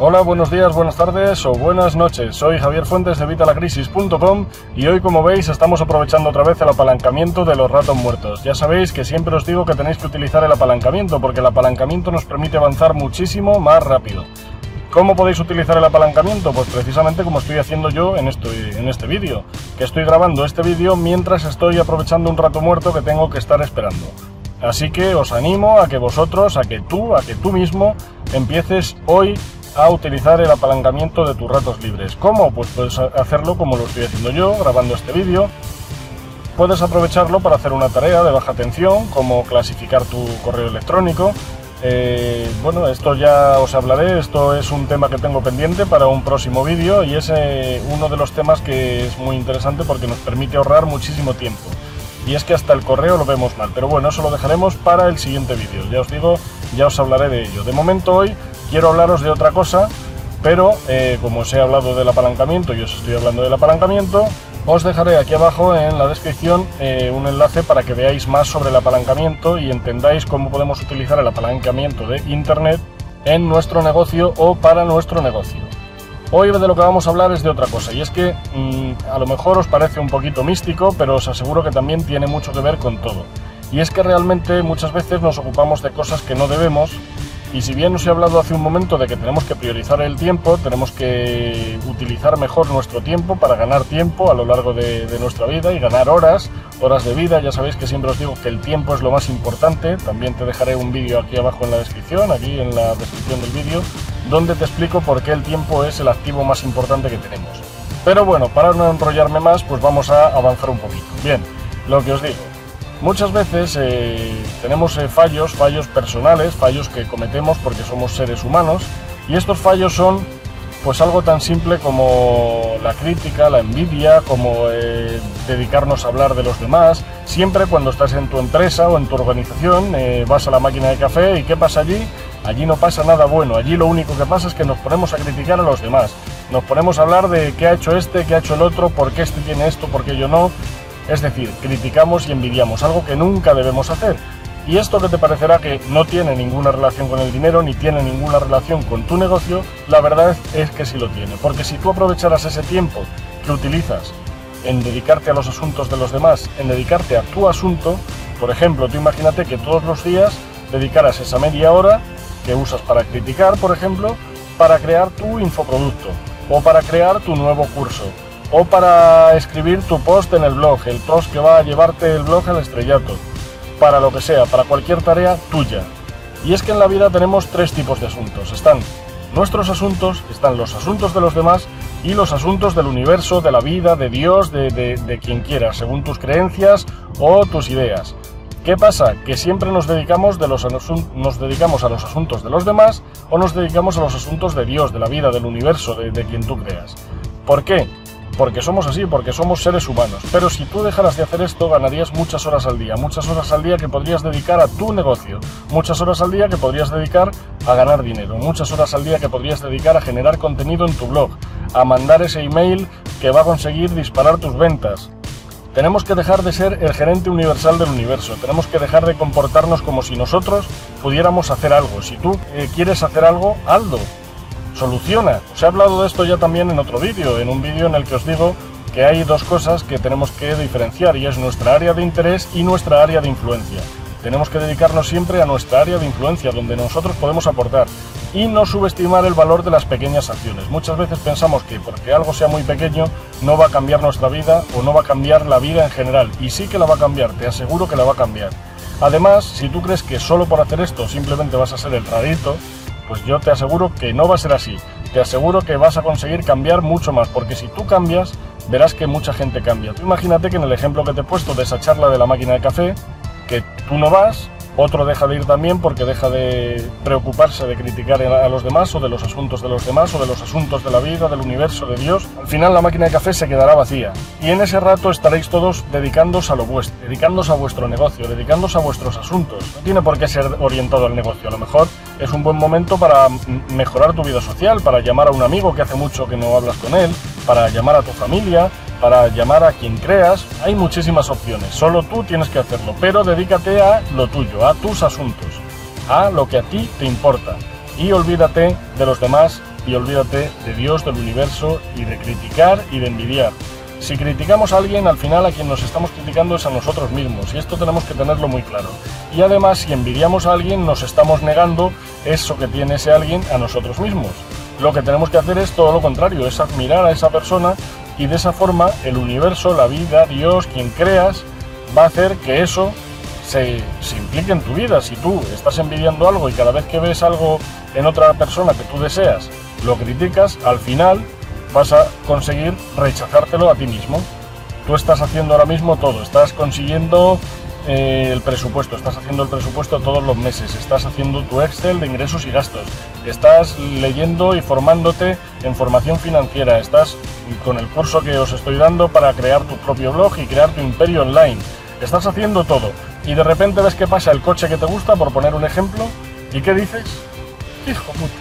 Hola, buenos días, buenas tardes o buenas noches. Soy Javier Fuentes de Evitalacrisis.com y hoy, como veis, estamos aprovechando otra vez el apalancamiento de los ratos muertos. Ya sabéis que siempre os digo que tenéis que utilizar el apalancamiento porque el apalancamiento nos permite avanzar muchísimo más rápido. ¿Cómo podéis utilizar el apalancamiento? Pues precisamente como estoy haciendo yo en este vídeo, que estoy grabando este vídeo mientras estoy aprovechando un rato muerto que tengo que estar esperando. Así que os animo a que vosotros, a que tú mismo empieces hoy a utilizar el apalancamiento de tus ratos libres. ¿Cómo? Pues puedes hacerlo como lo estoy haciendo yo, grabando este vídeo. Puedes aprovecharlo para hacer una tarea de baja tensión, como clasificar tu correo electrónico. Bueno, esto ya os hablaré, esto es un tema que tengo pendiente para un próximo vídeo y es uno de los temas que es muy interesante porque nos permite ahorrar muchísimo tiempo. Y es que hasta el correo lo vemos mal, pero bueno, eso lo dejaremos para el siguiente vídeo. Ya os digo, ya os hablaré de ello. De momento hoy quiero hablaros de otra cosa, pero como os he hablado del apalancamiento y os estoy hablando del apalancamiento, os dejaré aquí abajo en la descripción un enlace para que veáis más sobre el apalancamiento y entendáis cómo podemos utilizar el apalancamiento de Internet en nuestro negocio o para nuestro negocio. Hoy de lo que vamos a hablar es de otra cosa, y es que a lo mejor os parece un poquito místico, pero os aseguro que también tiene mucho que ver con todo. Y es que realmente muchas veces nos ocupamos de cosas que no debemos. Y si bien os he hablado hace un momento de que tenemos que priorizar el tiempo, tenemos que utilizar mejor nuestro tiempo para ganar tiempo a lo largo de nuestra vida y ganar horas de vida. Ya sabéis que siempre os digo que el tiempo es lo más importante. También te dejaré un vídeo aquí abajo en la descripción, aquí en la descripción del vídeo, donde te explico por qué el tiempo es el activo más importante que tenemos. Pero bueno, para no enrollarme más, pues vamos a avanzar un poquito. Bien, lo que os digo. Muchas veces tenemos fallos personales, fallos que cometemos porque somos seres humanos, y estos fallos son pues algo tan simple como la crítica, la envidia, como dedicarnos a hablar de los demás. Siempre cuando estás en tu empresa o en tu organización vas a la máquina de café y ¿qué pasa allí? Allí no pasa nada bueno, allí lo único que pasa es que nos ponemos a criticar a los demás, nos ponemos a hablar de qué ha hecho este, qué ha hecho el otro, por qué este tiene esto, por qué yo no. Es decir, criticamos y envidiamos, algo que nunca debemos hacer. Y esto que te parecerá que no tiene ninguna relación con el dinero, ni tiene ninguna relación con tu negocio, la verdad es que sí lo tiene. Porque si tú aprovecharas ese tiempo que utilizas en dedicarte a los asuntos de los demás, en dedicarte a tu asunto, por ejemplo, tú imagínate que todos los días dedicaras esa media hora que usas para criticar, por ejemplo, para crear tu infoproducto o para crear tu nuevo curso, o para escribir tu post en el blog, el post que va a llevarte el blog al estrellato, para lo que sea, para cualquier tarea tuya. Y es que en la vida tenemos tres tipos de asuntos. Están nuestros asuntos, están los asuntos de los demás y los asuntos del universo, de la vida, de Dios, de quien quieras, según tus creencias o tus ideas. ¿Qué pasa? Que siempre nos dedicamos a los asuntos de los demás o nos dedicamos a los asuntos de Dios, de la vida, del universo, de quien tú creas. ¿Por qué? Porque somos así, porque somos seres humanos. Pero si tú dejaras de hacer esto, ganarías muchas horas al día que podrías dedicar a tu negocio, muchas horas al día que podrías dedicar a ganar dinero, muchas horas al día que podrías dedicar a generar contenido en tu blog, a mandar ese email que va a conseguir disparar tus ventas. Tenemos que dejar de ser el gerente universal del universo, tenemos que dejar de comportarnos como si nosotros pudiéramos hacer algo. Si tú quieres hacer algo, hazlo. Soluciona. Os he hablado de esto ya también en otro vídeo, en un vídeo en el que os digo que hay dos cosas que tenemos que diferenciar y es nuestra área de interés y nuestra área de influencia. Tenemos que dedicarnos siempre a nuestra área de influencia, donde nosotros podemos aportar y no subestimar el valor de las pequeñas acciones. Muchas veces pensamos que porque algo sea muy pequeño no va a cambiar nuestra vida o no va a cambiar la vida en general, y sí que la va a cambiar, te aseguro que la va a cambiar. Además, si tú crees que solo por hacer esto simplemente vas a ser el rarito, pues yo te aseguro que no va a ser así. Te aseguro que vas a conseguir cambiar mucho más, porque si tú cambias, verás que mucha gente cambia. Tú imagínate que en el ejemplo que te he puesto de esa charla de la máquina de café, que tú no vas, otro deja de ir también porque deja de preocuparse de criticar a los demás o de los asuntos de los demás o de los asuntos de la vida, del universo, de Dios. Al final la máquina de café se quedará vacía y en ese rato estaréis todos dedicándoos a lo vuestro, dedicándoos a vuestro negocio, dedicándoos a vuestros asuntos. No tiene por qué ser orientado al negocio, a lo mejor es un buen momento para mejorar tu vida social, para llamar a un amigo que hace mucho que no hablas con él, para llamar a tu familia, para llamar a quien creas. Hay muchísimas opciones, solo tú tienes que hacerlo, pero dedícate a lo tuyo, a tus asuntos, a lo que a ti te importa y olvídate de los demás y olvídate de Dios, del universo y de criticar y de envidiar. Si criticamos a alguien, al final a quien nos estamos criticando es a nosotros mismos, y esto tenemos que tenerlo muy claro. Y además, si envidiamos a alguien, nos estamos negando eso que tiene ese alguien a nosotros mismos. Lo que tenemos que hacer es todo lo contrario, es admirar a esa persona, y de esa forma el universo, la vida, Dios, quien creas, va a hacer que eso se implique en tu vida. Si tú estás envidiando algo y cada vez que ves algo en otra persona que tú deseas, lo criticas, al final vas a conseguir rechazártelo a ti mismo. Tú estás haciendo ahora mismo todo, estás consiguiendo el presupuesto, estás haciendo el presupuesto todos los meses, estás haciendo tu Excel de ingresos y gastos, estás leyendo y formándote en formación financiera, estás con el curso que os estoy dando para crear tu propio blog y crear tu imperio online, estás haciendo todo y de repente ves que pasa el coche que te gusta, por poner un ejemplo, ¿y qué dices? Hijo puta,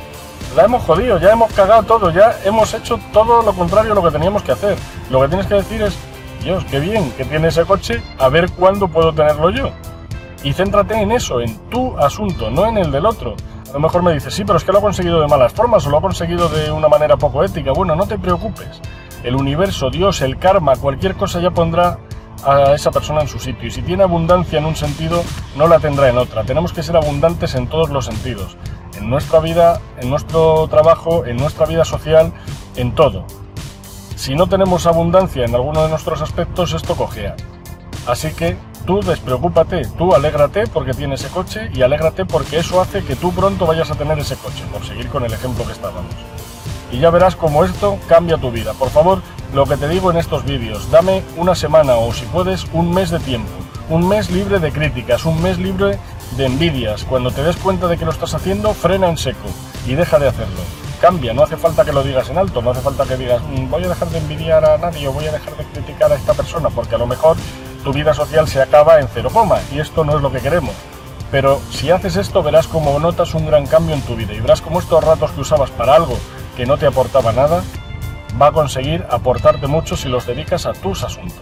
la hemos jodido, ya hemos cagado todo, ya hemos hecho todo lo contrario a lo que teníamos que hacer. Lo que tienes que decir es: Dios, qué bien que tiene ese coche, a ver cuándo puedo tenerlo yo. Y céntrate en eso, en tu asunto, no en el del otro. A lo mejor me dices: sí, pero es que lo ha conseguido de malas formas o lo ha conseguido de una manera poco ética. Bueno, no te preocupes. El universo, Dios, el karma, cualquier cosa ya pondrá a esa persona en su sitio. Y si tiene abundancia en un sentido, no la tendrá en otra. Tenemos que ser abundantes en todos los sentidos. En nuestra vida, en nuestro trabajo, en nuestra vida social, en todo. Si no tenemos abundancia en alguno de nuestros aspectos, esto cojea. Así que tú despreocúpate, tú alégrate porque tienes ese coche y alégrate porque eso hace que tú pronto vayas a tener ese coche, por seguir con el ejemplo que estábamos. Y ya verás cómo esto cambia tu vida. Por favor, lo que te digo en estos vídeos, dame una semana o si puedes un mes de tiempo, un mes libre de críticas, un mes libre de envidias. Cuando te des cuenta de que lo estás haciendo, frena en seco y deja de hacerlo. Cambia, no hace falta que lo digas en alto, no hace falta que digas voy a dejar de envidiar a nadie o voy a dejar de criticar a esta persona, porque a lo mejor tu vida social se acaba en 0, y esto no es lo que queremos. Pero si haces esto, verás cómo notas un gran cambio en tu vida y verás cómo estos ratos que usabas para algo que no te aportaba nada, va a conseguir aportarte mucho si los dedicas a tus asuntos.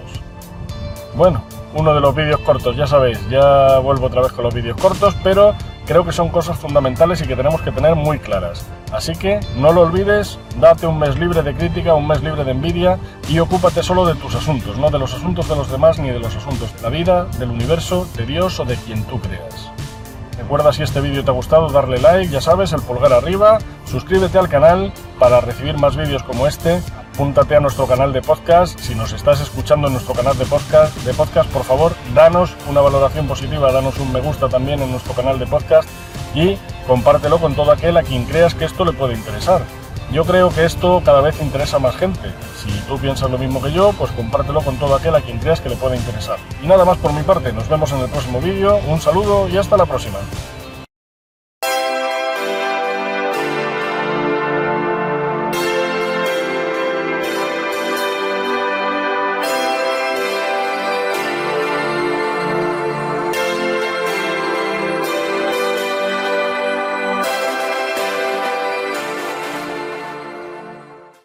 Bueno, uno de los vídeos cortos, ya sabéis, ya vuelvo otra vez con los vídeos cortos, pero creo que son cosas fundamentales y que tenemos que tener muy claras. Así que no lo olvides, date un mes libre de crítica, un mes libre de envidia y ocúpate solo de tus asuntos, no de los asuntos de los demás ni de los asuntos de la vida, del universo, de Dios o de quien tú creas. Recuerda, si este vídeo te ha gustado, darle like, ya sabes, el pulgar arriba, suscríbete al canal para recibir más vídeos como este, apúntate a nuestro canal de podcast. Si nos estás escuchando en nuestro canal de podcast, por favor, danos una valoración positiva, danos un me gusta también en nuestro canal de podcast y compártelo con todo aquel a quien creas que esto le puede interesar. Yo creo que esto cada vez interesa a más gente. Si tú piensas lo mismo que yo, pues compártelo con todo aquel a quien creas que le puede interesar. Y nada más por mi parte, nos vemos en el próximo vídeo, un saludo y hasta la próxima.